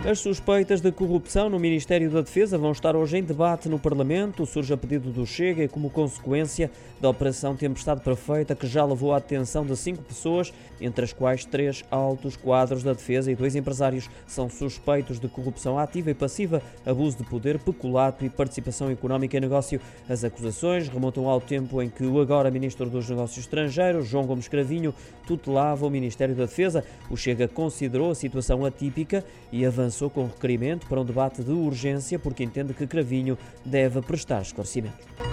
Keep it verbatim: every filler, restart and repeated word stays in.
As suspeitas de corrupção no Ministério da Defesa vão estar hoje em debate no Parlamento. Surge a pedido do Chega e como consequência da Operação Tempestade Perfeita, que já levou à detenção de cinco pessoas, entre as quais três altos quadros da Defesa e dois empresários são suspeitos de corrupção ativa e passiva, abuso de poder, peculato e participação económica em negócio. As acusações remontam ao tempo em que o agora Ministro dos Negócios Estrangeiros, João Gomes Cravinho, tutelava o Ministério da Defesa. O Chega considerou a situação atípica e avançou com requerimento para um debate de urgência porque entende que Cravinho deve prestar esclarecimentos.